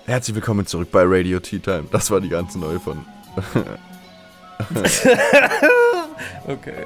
Herzlich willkommen zurück bei Radio Tea Time. Das war die ganze neue von. Okay.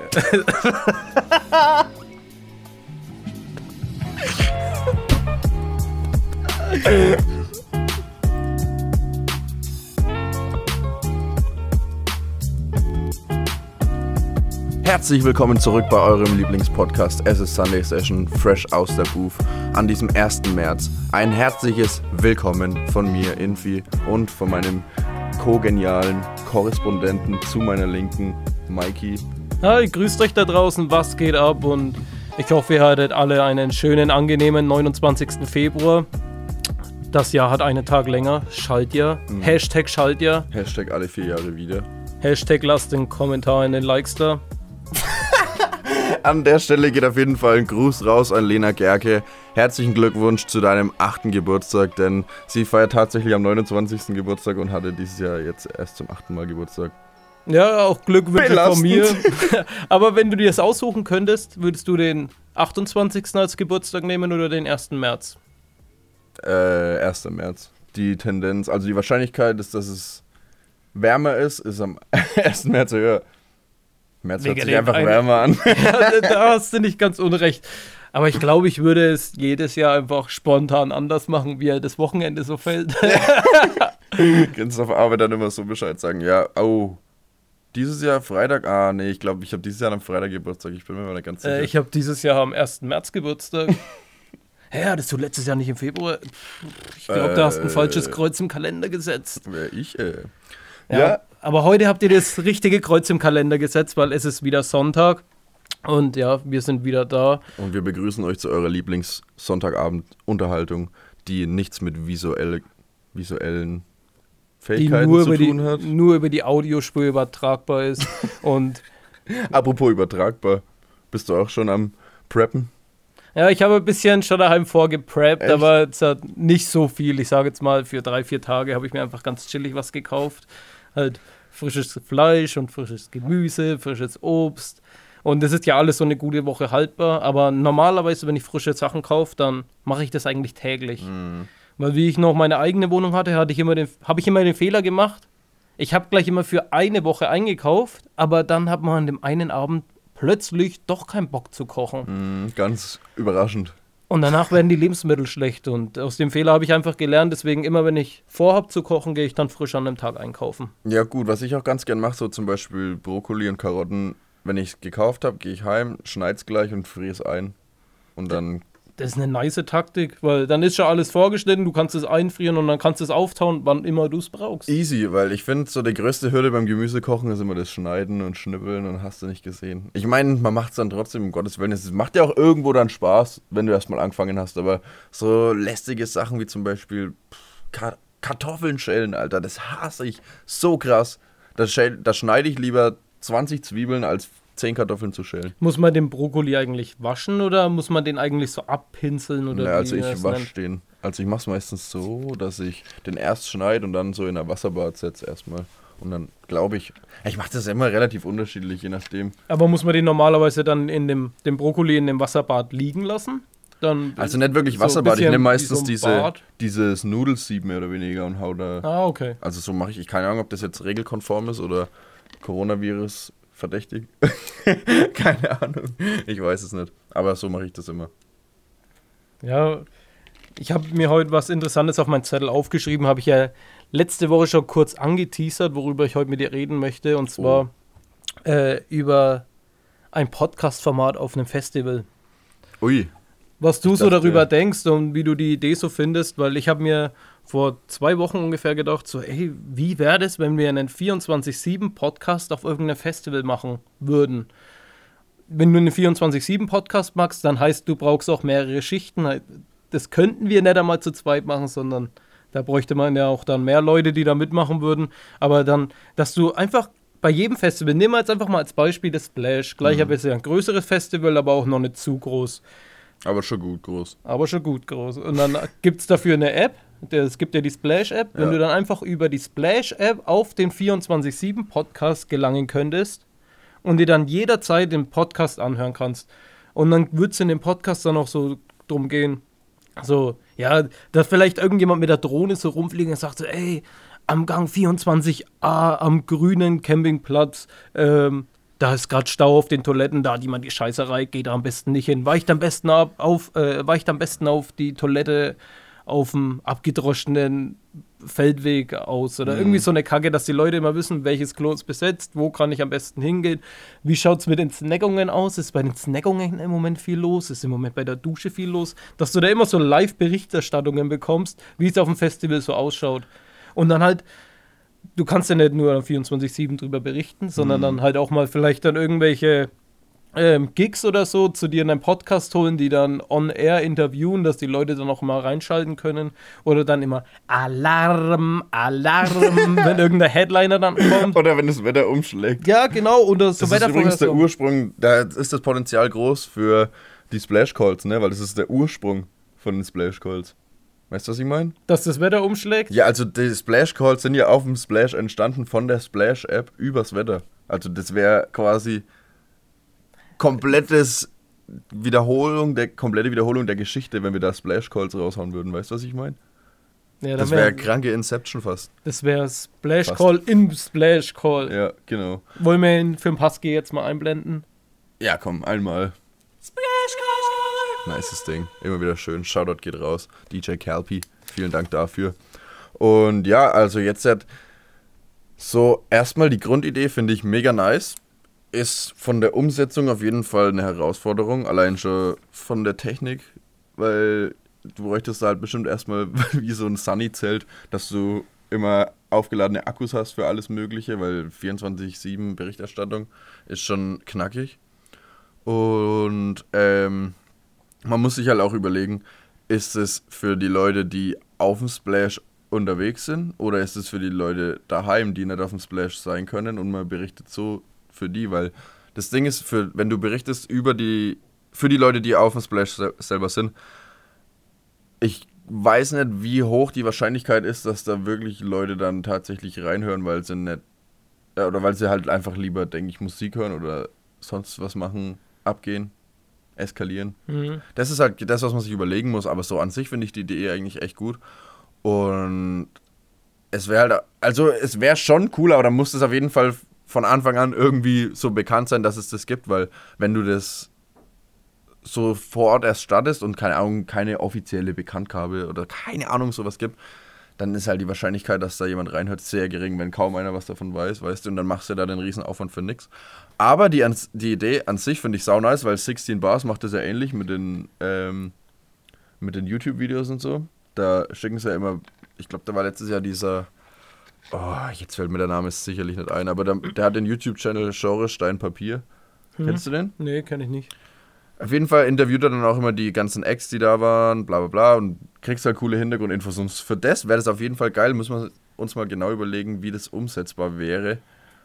Herzlich willkommen zurück bei eurem Lieblingspodcast. Es ist Sunday Session, fresh aus der Booth an diesem 1. März. Ein herzliches Willkommen von mir, Infi, und von meinem co-genialen Korrespondenten zu meiner Linken, Mikey. Hi, grüßt euch da draußen, was geht ab? Und ich hoffe, ihr hattet alle einen schönen, angenehmen 29. Februar. Das Jahr hat einen Tag länger. Schaltjahr. Hashtag Schaltjahr. Hashtag alle 4 Jahre wieder. Hashtag lasst den Kommentar in den Likes da. An der Stelle geht auf jeden Fall ein Gruß raus an Lena Gerke. Herzlichen Glückwunsch zu deinem 8. Geburtstag, denn sie feiert tatsächlich am 29. Geburtstag und hatte dieses Jahr jetzt erst zum 8. Mal Geburtstag. Ja, auch Glückwünsche von mir. Aber wenn du dir das aussuchen könntest, würdest du den 28. als Geburtstag nehmen oder den 1. März? 1. März. Die Tendenz, also die Wahrscheinlichkeit ist, dass es wärmer ist am 1. März höher. März hört sich einfach wärmer an. Ja, da hast du nicht ganz unrecht. Aber ich glaube, ich würde es jedes Jahr einfach spontan anders machen, wie das Wochenende so fällt. Kannst du auf Arbeit dann immer so Bescheid sagen, ja, dieses Jahr Freitag, ich glaube, ich habe dieses Jahr am Freitag Geburtstag, ich bin mir mal nicht ganz sicher. Ich habe dieses Jahr am 1. März Geburtstag. Hä, hattest du letztes Jahr nicht im Februar? Ich glaube, da hast du ein falsches Kreuz im Kalender gesetzt. Wer ich, Ja, aber heute habt ihr das richtige Kreuz im Kalender gesetzt, weil es ist wieder Sonntag. Und ja, wir sind wieder da. Und wir begrüßen euch zu eurer Lieblings-Sonntagabend-Unterhaltung, die nichts mit visuellen Fähigkeiten zu tun hat. Nur über die Audiospur übertragbar ist. Und apropos übertragbar, bist du auch schon am Preppen? Ja, ich habe ein bisschen schon daheim vorgepreppt, Echt? aber jetzt hat nicht so viel. Ich sage jetzt mal, für 3-4 Tage habe ich mir einfach ganz chillig was gekauft. Halt frisches Fleisch und frisches Gemüse, frisches Obst. Und das ist ja alles so eine gute Woche haltbar. Aber normalerweise, wenn ich frische Sachen kaufe, dann mache ich das eigentlich täglich. Weil wie ich noch meine eigene Wohnung hatte, habe ich immer den Fehler gemacht. Ich habe gleich immer für eine Woche eingekauft, aber dann hat man an dem einen Abend plötzlich doch keinen Bock zu kochen. Ganz überraschend. Und danach werden die Lebensmittel schlecht. Und aus dem Fehler habe ich einfach gelernt. Deswegen immer, wenn ich vorhabe zu kochen, gehe ich dann frisch an dem Tag einkaufen. Ja gut, was ich auch ganz gern mache, so zum Beispiel Brokkoli und Karotten. Wenn ich es gekauft habe, gehe ich heim, schneide es gleich und friere es ein. Und dann... Das ist eine nice Taktik, weil dann ist schon alles vorgeschnitten, du kannst es einfrieren und dann kannst du es auftauen, wann immer du es brauchst. Easy, weil ich finde, so die größte Hürde beim Gemüsekochen ist immer das Schneiden und Schnippeln und hast du nicht gesehen. Ich meine, man macht es dann trotzdem, um Gottes Willen. Es macht ja auch irgendwo dann Spaß, wenn du erstmal angefangen hast, aber so lästige Sachen wie zum Beispiel Kartoffeln schälen, Alter, das hasse ich so krass. Da schneide ich lieber 20 Zwiebeln als 10 Kartoffeln zu schälen. Muss man den Brokkoli eigentlich waschen oder muss man den eigentlich so abpinseln? Oder also ich wasche den. Also ich mache es meistens so, dass ich den erst schneide und dann so in der Wasserbad setze erstmal. Und dann glaube ich mache das immer relativ unterschiedlich, je nachdem. Aber muss man den normalerweise dann in dem Brokkoli in dem Wasserbad liegen lassen? Dann also nicht wirklich Wasserbad, ich nehme meistens so dieses Nudelsieb mehr oder weniger und hau da... okay. Also so mache ich keine Ahnung, ob das jetzt regelkonform ist oder Coronavirus verdächtig. Keine Ahnung. Ich weiß es nicht. Aber so mache ich das immer. Ja, ich habe mir heute was Interessantes auf meinen Zettel aufgeschrieben. Habe ich ja letzte Woche schon kurz angeteasert, worüber ich heute mit dir reden möchte. Und zwar über ein Podcast-Format auf einem Festival. Ui. Was du so darüber denkst und wie du die Idee so findest. Weil ich habe mir vor 2 Wochen ungefähr gedacht, so, wie wäre das, wenn wir einen 24/7-Podcast auf irgendeinem Festival machen würden? Wenn du einen 24/7-Podcast machst, dann heißt, du brauchst auch mehrere Schichten. Das könnten wir nicht einmal zu zweit machen, sondern da bräuchte man ja auch dann mehr Leute, die da mitmachen würden. Aber dann, dass du einfach bei jedem Festival, nehmen wir jetzt einfach mal als Beispiel das Splash. Gleich habe ich ja ein größeres Festival, aber auch noch nicht zu groß. Aber schon gut groß. Und dann gibt es dafür eine App. Es gibt ja die Splash-App. Wenn du dann einfach über die Splash-App auf den 24/7-Podcast gelangen könntest und dir dann jederzeit den Podcast anhören kannst. Und dann wird es in dem Podcast dann auch so drum gehen, so, Ja, dass vielleicht irgendjemand mit der Drohne so rumfliegen und sagt so, ey, am Gang 24a am grünen Campingplatz, da ist gerade Stau auf den Toiletten, da hat jemand die Scheißerei, geht da am besten nicht hin. Weicht am besten auf die Toilette auf dem abgedroschenen Feldweg aus. Oder irgendwie so eine Kacke, dass die Leute immer wissen, welches Klo ist besetzt, wo kann ich am besten hingehen. Wie schaut es mit den Snackungen aus? Ist bei den Snackungen im Moment viel los? Ist im Moment bei der Dusche viel los? Dass du da immer so Live-Berichterstattungen bekommst, wie es auf dem Festival so ausschaut. Und dann halt, du kannst ja nicht nur 24/7 drüber berichten, sondern dann halt auch mal vielleicht dann irgendwelche Gigs oder so zu dir in einen Podcast holen, die dann on-air interviewen, dass die Leute dann auch mal reinschalten können. Oder dann immer Alarm, Alarm, wenn irgendein Headliner dann kommt. Oder wenn das Wetter umschlägt. Ja, genau. Oder so das ist übrigens der Ursprung, da ist das Potenzial groß für die Splash Calls, ne? Weil das ist der Ursprung von den Splash Calls. Weißt du, was ich meine? Dass das Wetter umschlägt? Ja, also die Splash Calls sind ja auf dem Splash entstanden von der Splash-App übers Wetter. Also das wäre quasi komplette Wiederholung der Geschichte, wenn wir da Splash Calls raushauen würden. Weißt du, was ich meine? Ja, das wäre kranke Inception fast. Das wäre Splash Call im Splash Call. Ja, genau. Wollen wir ihn für den Husky jetzt mal einblenden? Ja, komm, einmal. Splash Call! Nices Ding. Immer wieder schön. Shoutout geht raus. DJ Calpi. Vielen Dank dafür. Und ja, also jetzt so erstmal die Grundidee finde ich mega nice. Ist von der Umsetzung auf jeden Fall eine Herausforderung, allein schon von der Technik, weil du bräuchtest halt bestimmt erstmal wie so ein Sunny-Zelt, dass du immer aufgeladene Akkus hast für alles Mögliche, weil 24/7 Berichterstattung ist schon knackig. Und man muss sich halt auch überlegen, ist es für die Leute, die auf dem Splash unterwegs sind, oder ist es für die Leute daheim, die nicht auf dem Splash sein können und man berichtet so für die, weil das Ding ist, wenn du berichtest für die Leute, die auf dem Splash selber sind, ich weiß nicht, wie hoch die Wahrscheinlichkeit ist, dass da wirklich Leute dann tatsächlich reinhören, weil sie nicht, oder weil sie halt einfach lieber, denke ich, Musik hören oder sonst was machen, abgehen, eskalieren. Das ist halt das, was man sich überlegen muss, aber so an sich finde ich die Idee eigentlich echt gut. Und es wäre halt, also es wäre schon cool, aber dann muss es auf jeden Fall von Anfang an irgendwie so bekannt sein, dass es das gibt, weil wenn du das so vor Ort erst startest und keine Ahnung, keine offizielle Bekanntgabe oder keine Ahnung sowas gibt, dann ist halt die Wahrscheinlichkeit, dass da jemand reinhört, sehr gering, wenn kaum einer was davon weiß, weißt du, und dann machst du da den riesen Aufwand für nix. Aber die Idee an sich finde ich sau nice, weil 16 Bars macht das ja ähnlich mit den YouTube-Videos und so. Da schicken sie ja immer, ich glaube, da war letztes Jahr dieser, jetzt fällt mir der Name sicherlich nicht ein, aber der hat den YouTube-Channel Genre Stein Papier. Kennst du den? Nee, kenn ich nicht. Auf jeden Fall interviewt er dann auch immer die ganzen Acts, die da waren, bla bla bla, und kriegst halt coole Hintergrundinfos. Und für das wäre das auf jeden Fall geil, müssen wir uns mal genau überlegen, wie das umsetzbar wäre.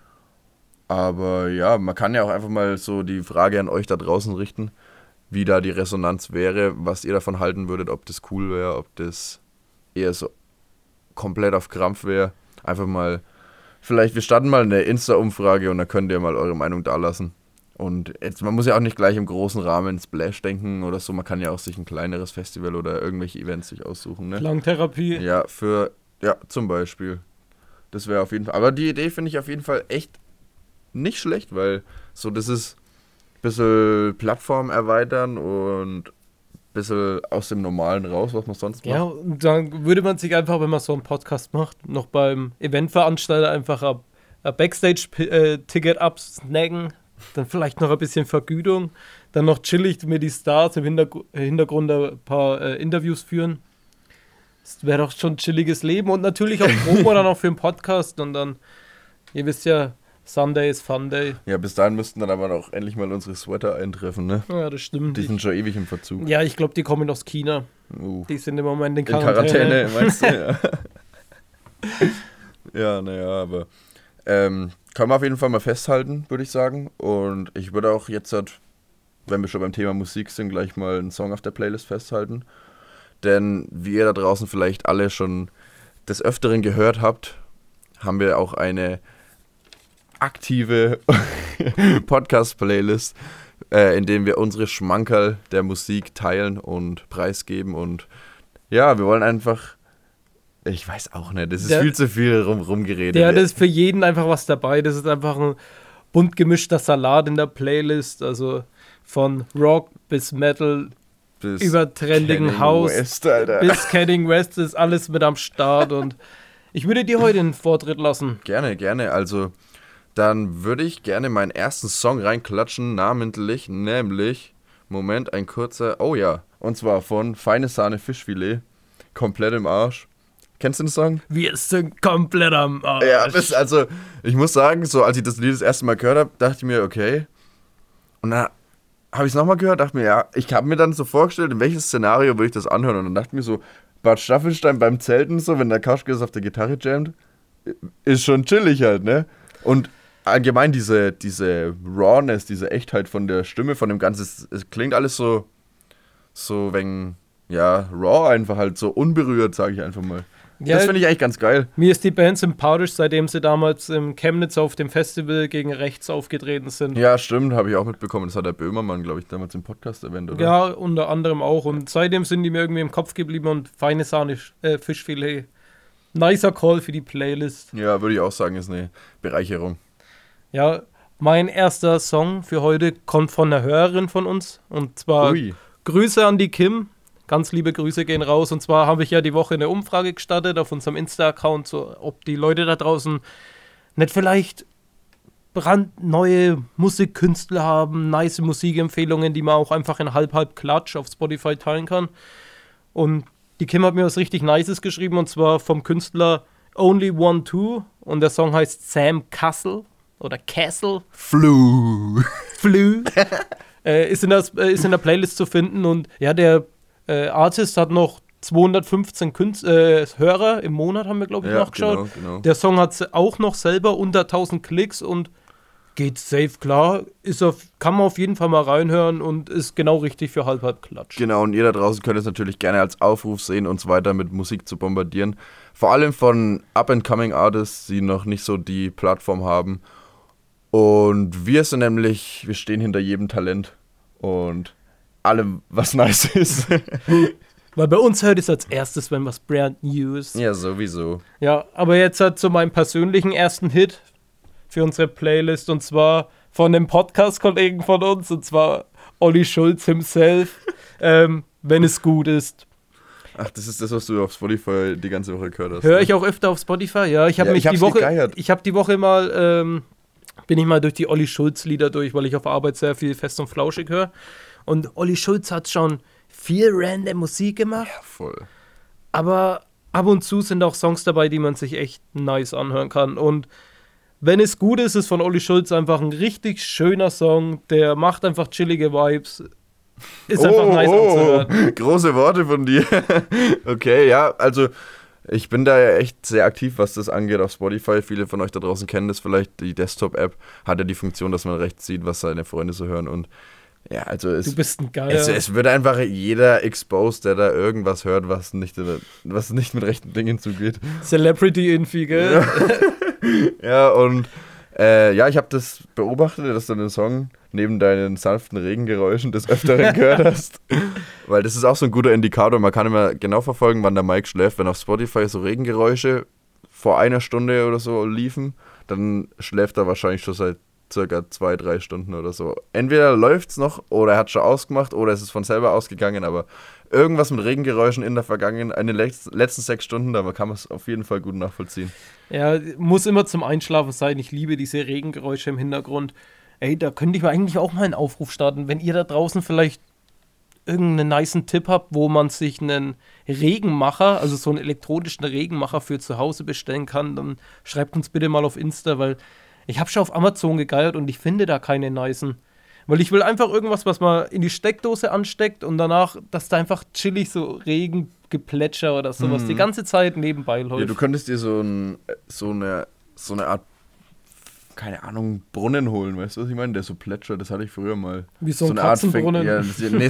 Aber ja, man kann ja auch einfach mal so die Frage an euch da draußen richten, wie da die Resonanz wäre, was ihr davon halten würdet, ob das cool wäre, ob das eher so komplett auf Krampf wäre. Einfach mal, vielleicht, wir starten mal eine Insta-Umfrage und dann könnt ihr mal eure Meinung dalassen. Und jetzt, man muss ja auch nicht gleich im großen Rahmen Splash denken oder so, man kann ja auch sich ein kleineres Festival oder irgendwelche Events sich aussuchen. Ne? Klangtherapie. Ja, zum Beispiel. Das wäre auf jeden Fall, aber die Idee finde ich auf jeden Fall echt nicht schlecht, weil so das ist ein bisschen Plattform erweitern und ein bisschen aus dem Normalen raus, was man sonst macht. Ja, und dann würde man sich einfach, wenn man so einen Podcast macht, noch beim Eventveranstalter einfach ein Backstage-Ticket absnacken, dann vielleicht noch ein bisschen Vergütung, dann noch chillig mit die Stars im Hintergrund ein paar Interviews führen. Das wäre doch schon ein chilliges Leben und natürlich auch Promo dann auch für den Podcast und dann, ihr wisst ja, Sunday is Fun Day. Ja, bis dahin müssten dann aber auch endlich mal unsere Sweater eintreffen, ne? Ja, das stimmt. Die sind schon ewig im Verzug. Ja, ich glaube, die kommen aus China. Die sind im Moment in Quarantäne. In Quarantäne, meinst du? Ja, ja, naja, aber können wir auf jeden Fall mal festhalten, würde ich sagen. Und ich würde auch jetzt, wenn wir schon beim Thema Musik sind, gleich mal einen Song auf der Playlist festhalten. Denn wie ihr da draußen vielleicht alle schon des Öfteren gehört habt, haben wir auch eine aktive Podcast-Playlist, in dem wir unsere Schmankerl der Musik teilen und preisgeben und Ja, wir wollen einfach, ich weiß auch nicht, das ist viel zu viel rumgeredet. Ja, das ist für jeden einfach was dabei. Das ist einfach ein bunt gemischter Salat in der Playlist. Also von Rock bis Metal, bis über trendigen House West, Alter. bis Kanye West ist alles mit am Start. Und ich würde dir heute den Vortritt lassen. Gerne. Also, dann würde ich gerne meinen ersten Song reinklatschen, nämlich, Moment, ein kurzer, oh ja, und zwar von Feine Sahne Fischfilet, komplett im Arsch. Kennst du den Song? Wir sind komplett am Arsch. Ja, also, ich muss sagen, so als ich das Lied das erste Mal gehört habe, dachte ich mir, okay. Und dann habe ich es nochmal gehört, dachte mir, ja, ich habe mir dann so vorgestellt, in welches Szenario würde ich das anhören. Und dann dachte ich mir so, Bad Staffelstein beim Zelten, so, wenn der Kauschkes auf der Gitarre jammt, ist schon chillig halt, ne? Und allgemein diese Rawness, diese Echtheit von der Stimme, von dem Ganzen, es klingt alles so wegen, ja, raw einfach halt, so unberührt, sage ich einfach mal. Ja, das finde ich eigentlich ganz geil. Mir ist die Band sympathisch, seitdem sie damals im Chemnitz auf dem Festival gegen rechts aufgetreten sind. Ja, stimmt, habe ich auch mitbekommen. Das hat der Böhmermann, glaube ich, damals im Podcast erwähnt, oder? Ja, unter anderem auch. Und seitdem sind die mir irgendwie im Kopf geblieben und Feine Sahne Fischfilet. Nicer Call für die Playlist. Ja, würde ich auch sagen, ist eine Bereicherung. Ja, mein erster Song für heute kommt von einer Hörerin von uns. Und zwar Grüße an die Kim. Ganz liebe Grüße gehen raus. Und zwar habe ich ja die Woche eine Umfrage gestartet auf unserem Insta-Account, so, ob die Leute da draußen nicht vielleicht brandneue Musikkünstler haben, nice Musikempfehlungen, die man auch einfach in halb-klatsch auf Spotify teilen kann. Und die Kim hat mir was richtig Nices geschrieben, und zwar vom Künstler Only One Two. Und der Song heißt Sam Castle oder Castle. Flu. Ist in der Playlist zu finden. Und ja, der Artist hat noch 215 Hörer im Monat, haben wir, glaube ich, nachgeschaut. Genau. Der Song hat auch noch selber unter 1000 Klicks und geht safe klar. Kann man auf jeden Fall mal reinhören und ist genau richtig für halb-klatsch. Genau, und ihr da draußen könnt es natürlich gerne als Aufruf sehen, uns weiter mit Musik zu bombardieren. Vor allem von Up-and-Coming Artists, die noch nicht so die Plattform haben. Und wir stehen hinter jedem Talent und allem, was nice ist. Weil bei uns hört es als erstes, wenn was brand new ist. Ja, sowieso. Ja, aber jetzt zu meinem persönlichen ersten Hit für unsere Playlist, und zwar von dem Podcast-Kollegen von uns, und zwar Olli Schulz himself, wenn es gut ist. Ach, das ist das, was du auf Spotify die ganze Woche gehört hast. Höre ich auch öfter auf Spotify, ja. Ich habe die Woche mal, bin ich mal durch die Olli Schulz-Lieder durch, weil ich auf Arbeit sehr viel Fest und Flauschig höre. Und Olli Schulz hat schon viel random Musik gemacht. Ja, voll. Aber ab und zu sind auch Songs dabei, die man sich echt nice anhören kann. Und wenn es gut ist, ist von Olli Schulz einfach ein richtig schöner Song. Der macht einfach chillige Vibes. Ist einfach nice anzuhören. Große Worte von dir. Okay, ja, also ich bin da ja echt sehr aktiv, was das angeht auf Spotify. Viele von euch da draußen kennen das vielleicht. Die Desktop-App hat ja die Funktion, dass man rechts sieht, was seine Freunde so hören. Und ja, also du bist ein Geiler. Es wird einfach jeder exposed, der da irgendwas hört, was nicht mit rechten Dingen zugeht. Celebrity-Infi, gell? Ja, und ich habe das beobachtet, dass du den Song neben deinen sanften Regengeräuschen des Öfteren gehört hast. Weil das ist auch so ein guter Indikator. Man kann immer genau verfolgen, wann der Mike schläft. Wenn auf Spotify so Regengeräusche vor einer Stunde oder so liefen, dann schläft er wahrscheinlich schon seit circa 2-3 Stunden oder so. Entweder läuft's noch oder er hat schon ausgemacht oder es ist von selber ausgegangen, aber irgendwas mit Regengeräuschen in den letzten 6 Stunden, da kann man es auf jeden Fall gut nachvollziehen. Ja, muss immer zum Einschlafen sein. Ich liebe diese Regengeräusche im Hintergrund. Ey, da könnte ich mir eigentlich auch mal einen Aufruf starten, wenn ihr da draußen vielleicht irgendeinen nicen Tipp habt, wo man sich einen Regenmacher, also so einen elektronischen Regenmacher für zu Hause bestellen kann, dann schreibt uns bitte mal auf Insta, weil ich habe schon auf Amazon gegeiert und ich finde da keine nicen. Weil ich will einfach irgendwas, was man in die Steckdose ansteckt und danach, dass da einfach chillig so Regengeplätscher oder sowas die ganze Zeit nebenbei läuft. Ja, du könntest dir so eine Art, keine Ahnung, Brunnen holen, weißt du, was ich meine? Der so plätschert, das hatte ich früher mal. Wie so ein Katzenbrunnen?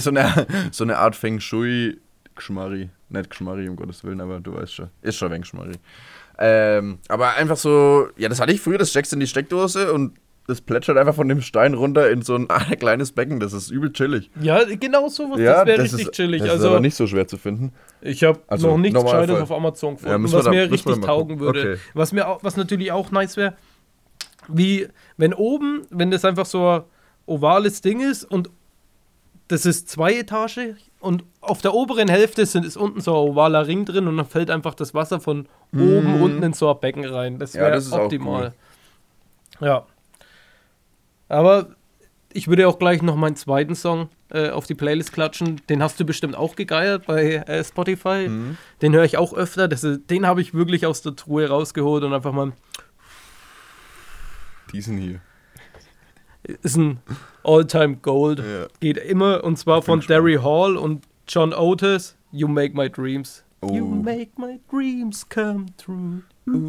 So eine Art Feng Shui-Geschmarri. Nicht Geschmarri, um Gottes Willen, aber du weißt schon. Ist schon ein Geschmarri. Aber einfach so, ja, das hatte ich früher, das steckst du in die Steckdose und das plätschert einfach von dem Stein runter in so ein kleines Becken. Das ist übel chillig. Ja, genau sowas. Ja, das wäre richtig chillig. Das ist aber nicht so schwer zu finden. Ich habe noch nichts Gescheites auf Amazon gefunden, was mir richtig taugen würde. Okay. Was natürlich auch nice wäre, wie wenn das einfach so ein ovales Ding ist und das ist 2 Etagen und auf der oberen Hälfte ist unten so ein ovaler Ring drin und dann fällt einfach das Wasser von oben unten in so ein Becken rein. Das wäre optimal. Cool. Ja. Aber ich würde auch gleich noch meinen zweiten Song auf die Playlist klatschen. Den hast du bestimmt auch gegeiert bei Spotify. Den höre ich auch öfter. Den habe ich wirklich aus der Truhe rausgeholt und einfach mal... Diesen hier. Ist ein All-Time Gold. Ja. Geht immer, und zwar von Derry Hall und John Otis. You Make My Dreams. Oh. You make my dreams come true.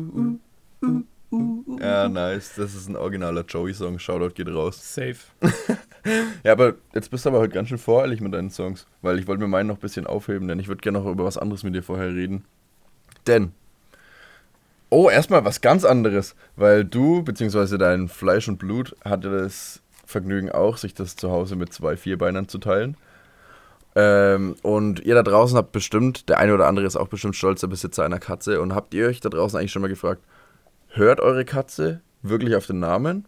Ja, nice. Das ist ein originaler Joey-Song. Shoutout geht raus. Safe. Ja, aber jetzt bist du aber heute ganz schön voreilig mit deinen Songs. Weil ich wollte mir meinen noch ein bisschen aufheben, denn ich würde gerne noch über was anderes mit dir vorher reden. Denn... Oh, erstmal was ganz anderes, weil du, beziehungsweise dein Fleisch und Blut, hatte das Vergnügen auch, sich das zu Hause mit 2 Vierbeinern zu teilen. Und ihr da draußen habt bestimmt, der eine oder andere ist auch bestimmt stolzer Besitzer einer Katze, und habt ihr euch da draußen eigentlich schon mal gefragt, hört eure Katze wirklich auf den Namen?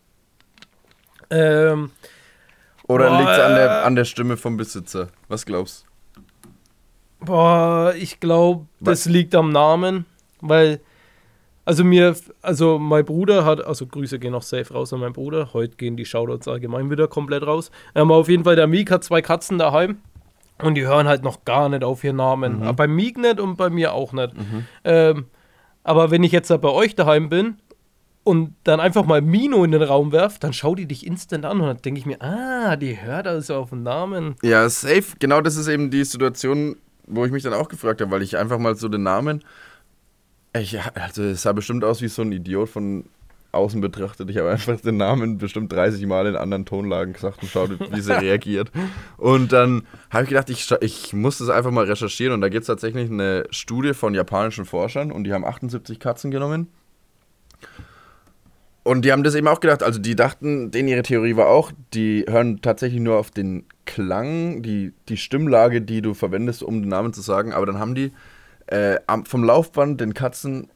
Oder liegt es an der Stimme vom Besitzer? Was glaubst du? Boah, ich glaube, das liegt am Namen, weil... Also mein Bruder hat, also Grüße gehen auch safe raus an meinen Bruder, heute gehen die Shoutouts allgemein wieder komplett raus. Aber auf jeden Fall, der Miek hat 2 Katzen daheim und die hören halt noch gar nicht auf ihren Namen. Aber bei Miek nicht und bei mir auch nicht. Aber wenn ich jetzt bei euch daheim bin und dann einfach mal Mino in den Raum werfe, dann schaut die dich instant an und dann denke ich mir, die hört also auf den Namen. Ja, safe, genau, das ist eben die Situation, wo ich mich dann auch gefragt habe, weil ich einfach mal so den Namen... es sah bestimmt aus wie so ein Idiot von außen betrachtet. Ich habe einfach den Namen bestimmt 30 Mal in anderen Tonlagen gesagt und schaut, wie sie reagiert. Und dann habe ich gedacht, ich muss das einfach mal recherchieren. Und da gibt es tatsächlich eine Studie von japanischen Forschern und die haben 78 Katzen genommen. Und die haben das eben auch gedacht, also die dachten, denen ihre Theorie war auch, die hören tatsächlich nur auf den Klang, die Stimmlage, die du verwendest, um den Namen zu sagen. Aber dann haben die vom Laufband den Katzen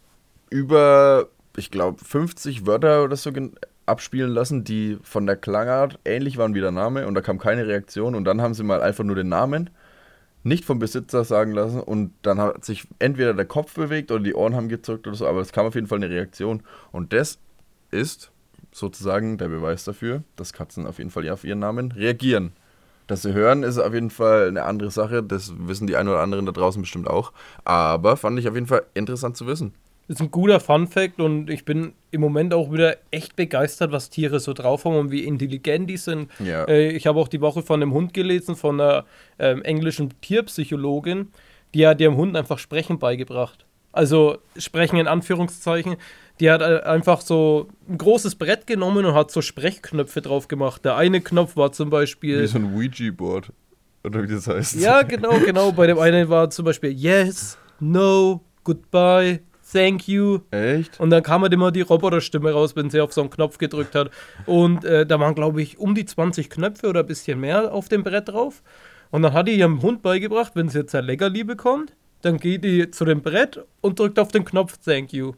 über, ich glaube, 50 Wörter oder so abspielen lassen, die von der Klangart ähnlich waren wie der Name, und da kam keine Reaktion, und dann haben sie mal einfach nur den Namen nicht vom Besitzer sagen lassen, und dann hat sich entweder der Kopf bewegt oder die Ohren haben gezuckt oder so, aber es kam auf jeden Fall eine Reaktion, und das ist sozusagen der Beweis dafür, dass Katzen auf jeden Fall auf ihren Namen reagieren. Dass sie hören, ist auf jeden Fall eine andere Sache. Das wissen die ein oder anderen da draußen bestimmt auch. Aber fand ich auf jeden Fall interessant zu wissen. Das ist ein guter Fun-Fact und ich bin im Moment auch wieder echt begeistert, was Tiere so drauf haben und wie intelligent die sind. Ja. Ich habe auch die Woche von einem Hund gelesen, von einer englischen Tierpsychologin, die hat ihrem Hund einfach Sprechen beigebracht. Also Sprechen in Anführungszeichen. Die hat einfach so ein großes Brett genommen und hat so Sprechknöpfe drauf gemacht. Der eine Knopf war zum Beispiel... Wie so ein Ouija-Board, oder wie das heißt. Ja, genau. Bei dem einen war zum Beispiel Yes, No, Goodbye, Thank you. Echt? Und dann kam halt immer die Roboterstimme raus, wenn sie auf so einen Knopf gedrückt hat. Und da waren, glaube ich, um die 20 Knöpfe oder ein bisschen mehr auf dem Brett drauf. Und dann hat die ihrem Hund beigebracht, wenn sie jetzt ein Leckerli bekommt, dann geht die zu dem Brett und drückt auf den Knopf Thank you.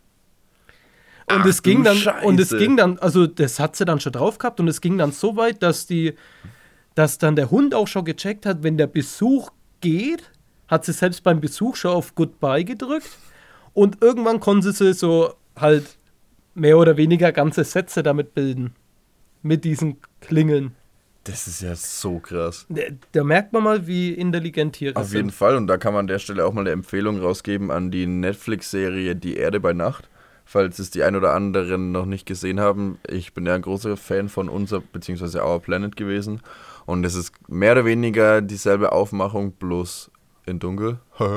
Und es ging dann, also das hat sie dann schon drauf gehabt, und es ging dann so weit, dass dann der Hund auch schon gecheckt hat, wenn der Besuch geht, hat sie selbst beim Besuch schon auf Goodbye gedrückt, und irgendwann konnte sie so halt mehr oder weniger ganze Sätze damit bilden. Mit diesen Klingeln. Das ist ja so krass. Da merkt man mal, wie intelligent Tiere sind. Auf jeden Fall, und da kann man an der Stelle auch mal eine Empfehlung rausgeben an die Netflix-Serie Die Erde bei Nacht. Falls es die ein oder anderen noch nicht gesehen haben, ich bin ja ein großer Fan von bzw. Our Planet gewesen. Und es ist mehr oder weniger dieselbe Aufmachung, bloß in dunkel.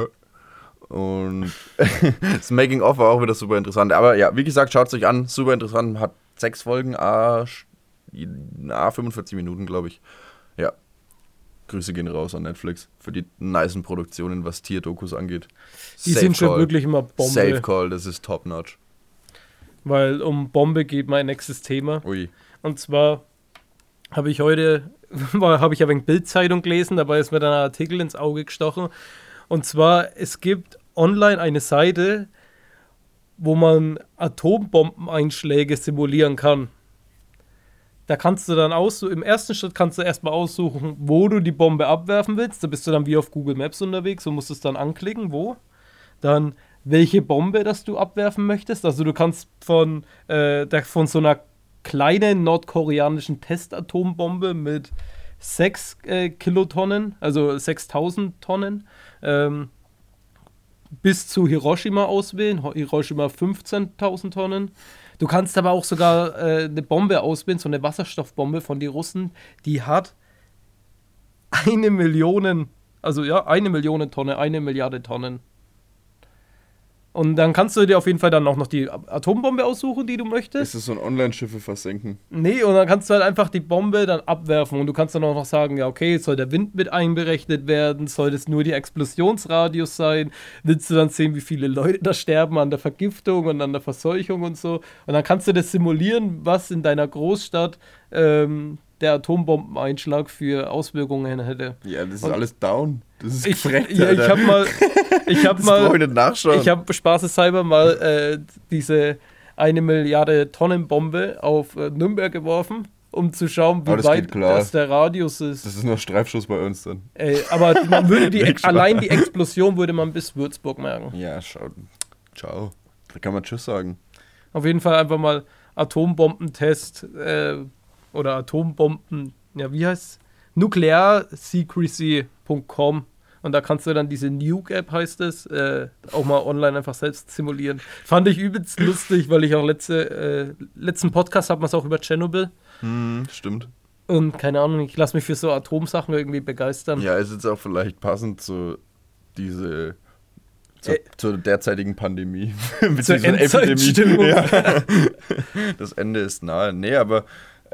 Und das Making-of war auch wieder super interessant. Aber ja, wie gesagt, schaut es euch an, super interessant. Hat 6 Folgen, 45 Minuten, glaube ich. Ja, Grüße gehen raus an Netflix für die nicen Produktionen, was Tierdokus angeht. Die sind schon wirklich immer Bombe. Safe Call, das ist top-notch. weil um Bombe geht mein nächstes Thema. Ui. Und zwar habe ich heute, habe ich ein wenig Bild-Zeitung gelesen, dabei ist mir dann ein Artikel ins Auge gestochen. Und zwar, es gibt online eine Seite, wo man Atombombeneinschläge simulieren kann. Da kannst du dann im ersten Schritt kannst du erstmal aussuchen, wo du die Bombe abwerfen willst. Da bist du dann wie auf Google Maps unterwegs und musst es dann anklicken, wo. Dann welche Bombe, das du abwerfen möchtest. Also du kannst von so einer kleinen nordkoreanischen Testatombombe mit 6 Kilotonnen, also 6000 Tonnen, bis zu Hiroshima auswählen. Hiroshima 15.000 Tonnen. Du kannst aber auch sogar eine Bombe auswählen, so eine Wasserstoffbombe von den Russen, die hat 1 Million, also ja, 1 Million Tonne, 1 Milliarde Tonnen. Und dann kannst du dir auf jeden Fall dann auch noch die Atombombe aussuchen, die du möchtest. Ist das so ein Online-Schiffe versenken? Nee, und dann kannst du halt einfach die Bombe dann abwerfen. Und du kannst dann auch noch sagen, ja okay, soll der Wind mit einberechnet werden? Soll das nur die Explosionsradius sein? Willst du dann sehen, wie viele Leute da sterben an der Vergiftung und an der Verseuchung und so? Und dann kannst du das simulieren, was in deiner Großstadt der Atombombeneinschlag für Auswirkungen hätte. Ja, das ist alles down. Das ist gefreckt, ja, ich habe spaßeshalber mal diese 1 Milliarde Tonnen Bombe auf Nürnberg geworfen, um zu schauen, wie weit das der Radius ist. Das ist nur Streifschuss bei uns dann. Aber man würde allein die Explosion würde man bis Würzburg merken. Ja, ciao. Da kann man Tschüss sagen. Auf jeden Fall einfach mal Atombombentest oder Atombomben, ja, wie heißt es? Nuclearsecrecy.com. Und da kannst du dann diese Nuke-App, heißt es, auch mal online einfach selbst simulieren. Fand ich übelst lustig, weil ich auch letzten Podcast hat man es auch über Tschernobyl. Stimmt. Und keine Ahnung, ich lasse mich für so Atomsachen irgendwie begeistern. Ja, ist jetzt auch vielleicht passend zur derzeitigen Pandemie. Zur Endzeitstimmung. Ja. Das Ende ist nahe. Nee, aber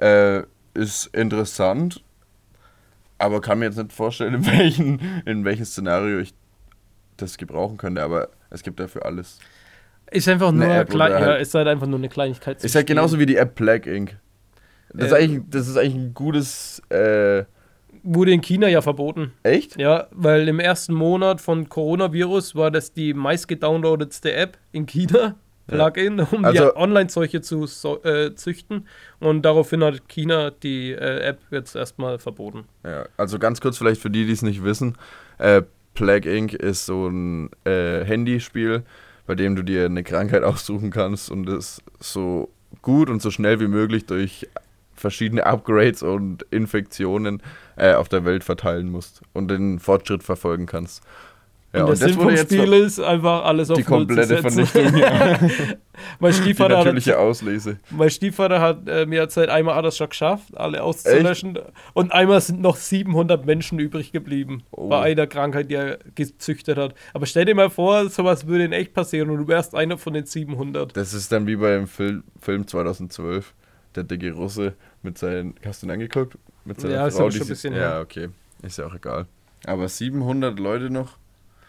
ist interessant. Aber kann mir jetzt nicht vorstellen, in welchem Szenario ich das gebrauchen könnte. Aber es gibt dafür alles. Ist einfach nur ist halt einfach nur eine Kleinigkeit. Ist halt genauso wie die App Plague Inc. Das ist eigentlich ein gutes. Wurde in China ja verboten. Echt? Ja, weil im ersten Monat von Coronavirus war das die meistgedownloadetste App in China. Plugin, um die Online-Seuche zu züchten. Und daraufhin hat China die App jetzt erstmal verboten. Ja, also ganz kurz vielleicht für die, die es nicht wissen. Plague Inc. ist so ein Handyspiel, bei dem du dir eine Krankheit aussuchen kannst und es so gut und so schnell wie möglich durch verschiedene Upgrades und Infektionen auf der Welt verteilen musst und den Fortschritt verfolgen kannst. Ja, und der Sinn vom Spiel ist einfach alles auf die komplette Vernichtung. Ja. Die natürliche Auslese. Mein Stiefvater hat mir erzählt, einmal das schon geschafft, alle auszulöschen. Echt? Und einmal sind noch 700 Menschen übrig geblieben bei einer Krankheit, die er gezüchtet hat. Aber stell dir mal vor, sowas würde in echt passieren und du wärst einer von den 700. Das ist dann wie beim Film 2012. Der dicke Russe mit seinen... Hast du ihn angeguckt? Mit seiner Frau, ist schon ein bisschen her. Ja, okay. Ist ja auch egal. Aber 700 Leute noch?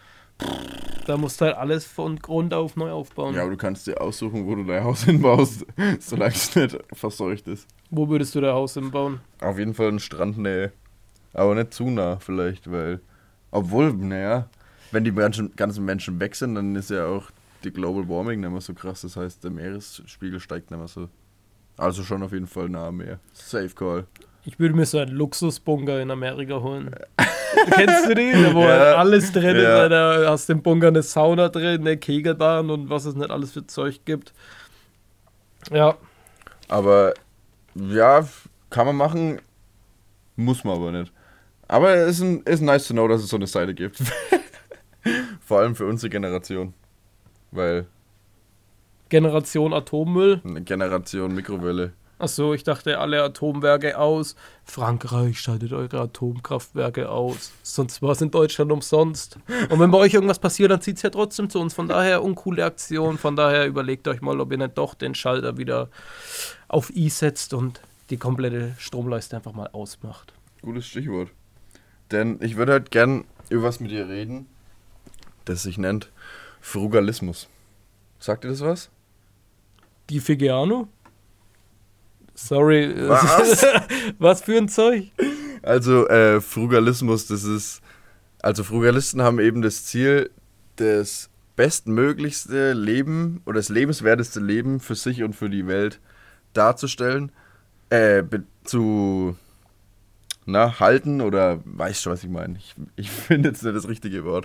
Da musst du halt alles von Grund auf neu aufbauen. Ja, aber du kannst dir aussuchen, wo du dein Haus hinbaust, solange es nicht verseucht ist. Wo würdest du dein Haus hinbauen? Auf jeden Fall in Strandnähe. Aber nicht zu nah vielleicht, weil... Obwohl, wenn die ganzen Menschen weg sind, dann ist ja auch die Global Warming nicht mehr so krass. Das heißt, der Meeresspiegel steigt nicht mehr so. Also schon auf jeden Fall nah am Meer. Safe Call. Ich würde mir so einen Luxusbunker in Amerika holen. Kennst du den? Wo alles drin ist, weil da hast du im Bunker eine Sauna drin, eine Kegelbahn und was es nicht alles für Zeug gibt. Ja. Aber, ja, kann man machen, muss man aber nicht. Aber es ist nice to know, dass es so eine Seite gibt. Vor allem für unsere Generation. Weil... Generation Atommüll? Eine Generation Mikrowelle. Achso, ich dachte, alle Atomwerke aus. Frankreich, schaltet eure Atomkraftwerke aus. Sonst war es in Deutschland umsonst. Und wenn bei euch irgendwas passiert, dann zieht es ja trotzdem zu uns. Von daher uncoole Aktion. Von daher überlegt euch mal, ob ihr nicht doch den Schalter wieder auf I setzt und die komplette Stromleiste einfach mal ausmacht. Gutes Stichwort. Denn ich würde halt gern über was mit dir reden, das sich nennt Frugalismus. Sagt ihr das was? Die Figiano? Sorry. Was? Was für ein Zeug? Also Frugalismus, also Frugalisten haben eben das Ziel, das bestmöglichste Leben oder das lebenswerteste Leben für sich und für die Welt darzustellen, halten oder, weißt du, was ich meine? Ich finde jetzt nicht das richtige Wort.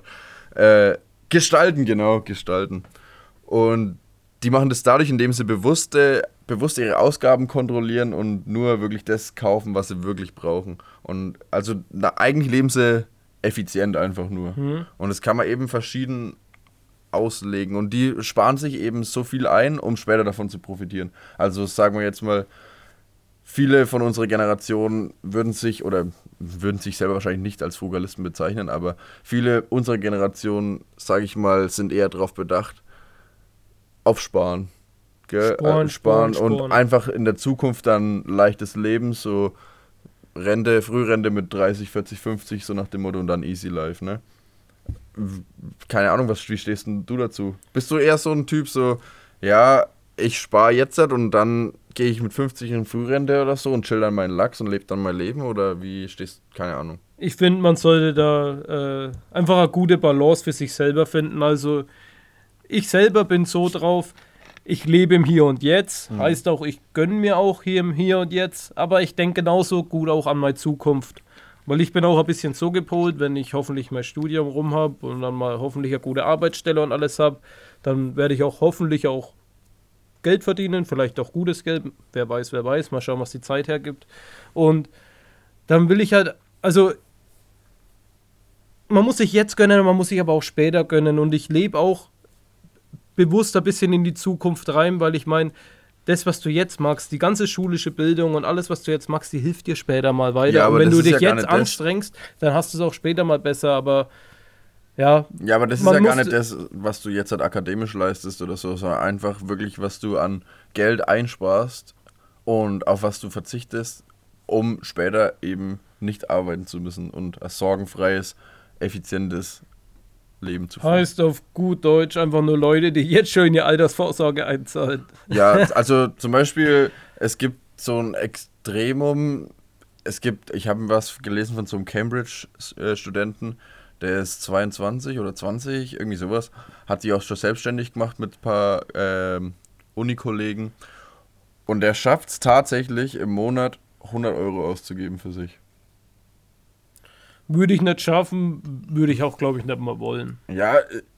Gestalten. Und die machen das dadurch, indem sie bewusst ihre Ausgaben kontrollieren und nur wirklich das kaufen, was sie wirklich brauchen. Und also eigentlich leben sie effizient einfach nur. Und das kann man eben verschieden auslegen. Und die sparen sich eben so viel ein, um später davon zu profitieren. Also sagen wir jetzt mal, viele von unserer Generation würden sich selber wahrscheinlich nicht als Frugalisten bezeichnen, aber viele unserer Generation, sage ich mal, sind eher darauf bedacht, auf Sparen. Sparen und einfach in der Zukunft dann leichtes Leben, so Frührente mit 30, 40, 50, so nach dem Motto und dann easy life, ne? Keine Ahnung, wie stehst denn du dazu? Bist du eher so ein Typ, so, ja, ich spare jetzt und dann gehe ich mit 50 in Frührente oder so und chill dann meinen Lachs und lebe dann mein Leben oder wie stehst du? Keine Ahnung. Ich finde, man sollte da einfach eine gute Balance für sich selber finden. Also ich selber bin so drauf, ich lebe im Hier und Jetzt, heißt auch, ich gönne mir auch hier im Hier und Jetzt, aber ich denke genauso gut auch an meine Zukunft. Weil ich bin auch ein bisschen so gepolt, wenn ich hoffentlich mein Studium rum habe und dann mal hoffentlich eine gute Arbeitsstelle und alles habe, dann werde ich auch hoffentlich auch Geld verdienen, vielleicht auch gutes Geld, wer weiß, mal schauen, was die Zeit hergibt. Und dann will ich halt, also man muss sich jetzt gönnen, man muss sich aber auch später gönnen und ich lebe auch bewusst ein bisschen in die Zukunft rein, weil ich meine, das, was du jetzt magst, die ganze schulische Bildung und alles, was du jetzt magst, die hilft dir später mal weiter. Ja, und wenn du dich jetzt anstrengst, dann hast du es auch später mal besser, aber ja. Ja, aber das ist ja gar nicht das, was du jetzt halt akademisch leistest oder so, sondern einfach wirklich, was du an Geld einsparst und auf was du verzichtest, um später eben nicht arbeiten zu müssen und ein sorgenfreies, effizientes Leben zu führen. Heißt auf gut Deutsch einfach nur Leute, die jetzt schon in die Altersvorsorge einzahlen. Ja, also zum Beispiel, es gibt so ein Extremum, ich habe was gelesen von so einem Cambridge-Studenten, der ist 22 oder 20, irgendwie sowas, hat sich auch schon selbstständig gemacht mit ein paar Unikollegen und der schafft es tatsächlich im Monat 100 Euro auszugeben für sich. Würde ich nicht schaffen, würde ich auch, glaube ich, nicht mal wollen. Ja,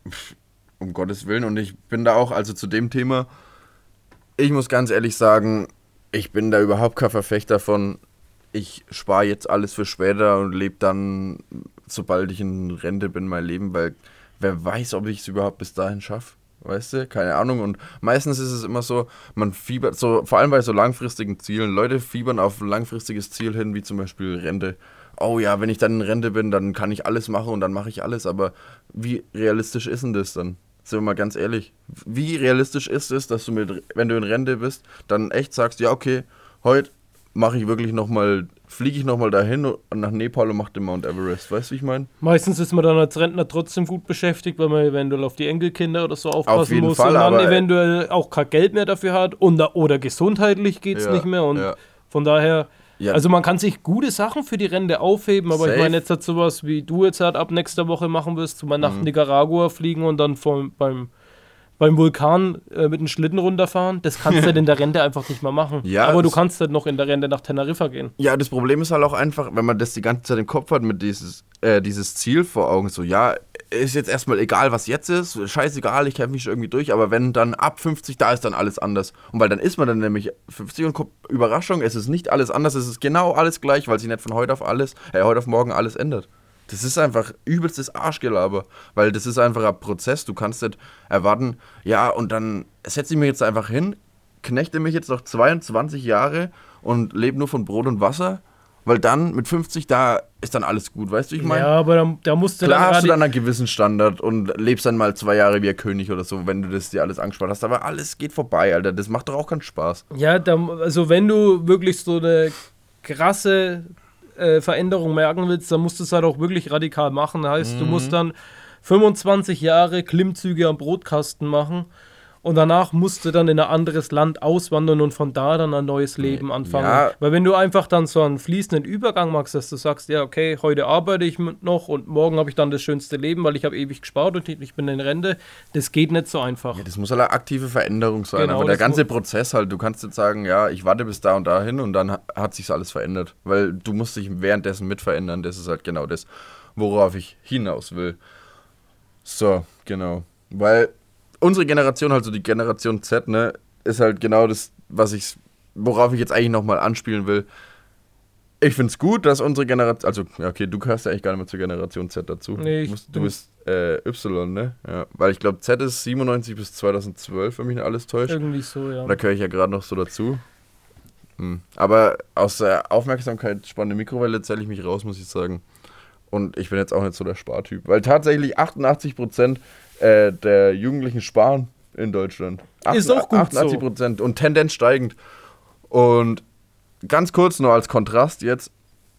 um Gottes Willen. Und ich bin da auch, also zu dem Thema, ich muss ganz ehrlich sagen, ich bin da überhaupt kein Verfechter von, ich spare jetzt alles für später und lebe dann, sobald ich in Rente bin, mein Leben, weil wer weiß, ob ich es überhaupt bis dahin schaffe. Weißt du? Keine Ahnung. Und meistens ist es immer so, man fiebert, so vor allem bei so langfristigen Zielen, Leute fiebern auf ein langfristiges Ziel hin, wie zum Beispiel Rente. Oh ja, wenn ich dann in Rente bin, dann kann ich alles machen und dann mache ich alles. Aber wie realistisch ist denn das dann? Sind wir mal ganz ehrlich. Wie realistisch ist es, dass du wenn du in Rente bist, dann echt sagst, ja okay, heute mache ich wirklich fliege ich nochmal dahin nach Nepal und mache den Mount Everest. Weißt du, wie ich meine? Meistens ist man dann als Rentner trotzdem gut beschäftigt, weil man eventuell auf die Enkelkinder oder so aufpassen auf jeden muss Fall, und dann aber eventuell auch kein Geld mehr dafür hat oder gesundheitlich geht es nicht mehr und von daher... Ja. Also man kann sich gute Sachen für die Rente aufheben, aber ich meine jetzt halt sowas, wie du jetzt halt ab nächster Woche machen wirst, mal nach Nicaragua fliegen und dann beim Vulkan mit einem Schlitten runterfahren, das kannst du halt in der Rente einfach nicht mehr machen. Ja, aber du kannst halt noch in der Rente nach Teneriffa gehen. Ja, das Problem ist halt auch einfach, wenn man das die ganze Zeit im Kopf hat, mit dieses Ziel vor Augen, so ja, ist jetzt erstmal egal, was jetzt ist, scheißegal, ich kämpfe mich irgendwie durch, aber wenn dann ab 50, da ist dann alles anders. Und weil dann ist man dann nämlich 50 und Überraschung, es ist nicht alles anders, es ist genau alles gleich, weil sich nicht von heute auf morgen alles ändert. Das ist einfach übelstes Arschgelaber, weil das ist einfach ein Prozess, du kannst nicht erwarten, ja, und dann setze ich mich jetzt einfach hin, knechte mich jetzt noch 22 Jahre und lebe nur von Brot und Wasser, weil dann mit 50, da ist dann alles gut, weißt du, wie ich meine? Ja, aber da musst du Klar dann hast du dann einen gewissen Standard und lebst dann mal 2 Jahre wie ein König oder so, wenn du das dir alles angespart hast, aber alles geht vorbei, Alter, das macht doch auch keinen Spaß. Ja, also wenn du wirklich so eine krasse Veränderung merken willst, dann musst du es halt auch wirklich radikal machen. Heißt, du musst dann 25 Jahre Klimmzüge am Brotkasten machen und danach musst du dann in ein anderes Land auswandern und von da dann ein neues Leben anfangen. Ja. Weil wenn du einfach dann so einen fließenden Übergang machst, dass du sagst, ja okay, heute arbeite ich noch und morgen habe ich dann das schönste Leben, weil ich habe ewig gespart und ich bin in Rente, das geht nicht so einfach. Ja, das muss halt eine aktive Veränderung sein. Genau, aber der das ganze Prozess halt, du kannst jetzt sagen, ja, ich warte bis da und dahin und dann hat sich alles verändert. Weil du musst dich währenddessen mit verändern. Das ist halt genau das, worauf ich hinaus will. So, genau. Weil unsere Generation, halt so die Generation Z, ne, ist halt genau das, worauf ich jetzt eigentlich nochmal anspielen will. Ich finde es gut, dass unsere Generation, also, ja, okay, du gehörst ja eigentlich gar nicht mehr zur Generation Z dazu. Nee, Du bist Y, ne? Ja, weil ich glaube, Z ist 97 bis 2012, wenn mich nicht alles täuscht. Irgendwie so, ja. Da gehöre ich ja gerade noch so dazu. Aber aus der Aufmerksamkeitsspanne Mikrowelle zähle ich mich raus, muss ich sagen. Und ich bin jetzt auch nicht so der Spartyp. Weil tatsächlich 88% der Jugendlichen sparen in Deutschland. Ist auch gut 88% und Tendenz steigend. Und ganz kurz nur als Kontrast jetzt.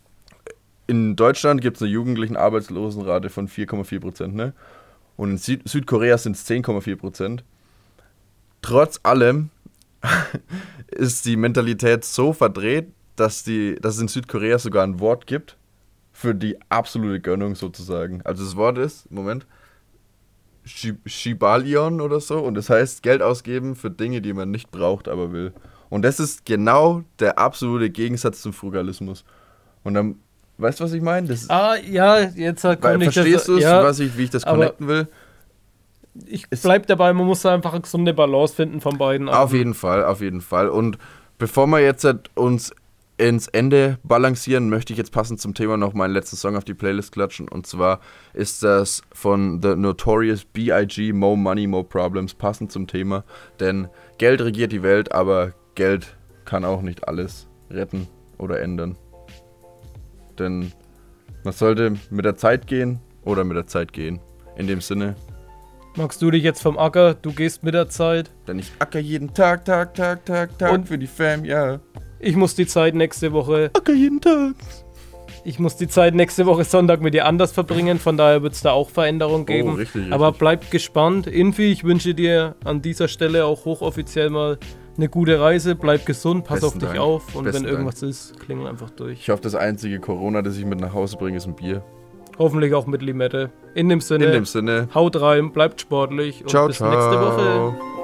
In Deutschland gibt es eine jugendlichen Arbeitslosenrate von 4,4%, ne? Und in Südkorea sind es 10,4%. Trotz allem ist die Mentalität so verdreht, dass es in Südkorea sogar ein Wort gibt für die absolute Gönnung sozusagen. Also das Wort ist, Moment, Shibalion oder so, und das heißt Geld ausgeben für Dinge, die man nicht braucht, aber will. Und das ist genau der absolute Gegensatz zum Frugalismus. Und dann, weißt du, was ich meine? Ja, jetzt komme ich verstehst du es, ja, wie ich das connecten will? Ich bleib dabei, man muss einfach eine gesunde Balance finden von beiden. Auf jeden Fall, auf jeden Fall. Und bevor wir jetzt uns ins Ende balancieren, möchte ich jetzt passend zum Thema noch meinen letzten Song auf die Playlist klatschen. Und zwar ist das von The Notorious B.I.G. More Money, More Problems, passend zum Thema. Denn Geld regiert die Welt, aber Geld kann auch nicht alles retten oder ändern. Denn man sollte mit der Zeit gehen oder mit der Zeit gehen. In dem Sinne. Magst du dich jetzt vom Acker, du gehst mit der Zeit. Denn ich acker jeden Tag Und für die Fam, ja. Ich muss die Zeit nächste Woche. Acker jeden Tag. Ich muss die Zeit nächste Woche Sonntag mit dir anders verbringen, von daher wird es da auch Veränderungen geben. Richtig. Aber bleibt gespannt. Infi, ich wünsche dir an dieser Stelle auch hochoffiziell mal eine gute Reise. Bleib gesund, pass Besten auf dich Dank. auf und Besten wenn irgendwas ist, klingel einfach durch. Ich hoffe, das einzige Corona, das ich mit nach Hause bringe, ist ein Bier. Hoffentlich auch mit Limette. In dem Sinne, In dem Sinne. haut rein, bleibt sportlich und Ciao, bis nächste Woche.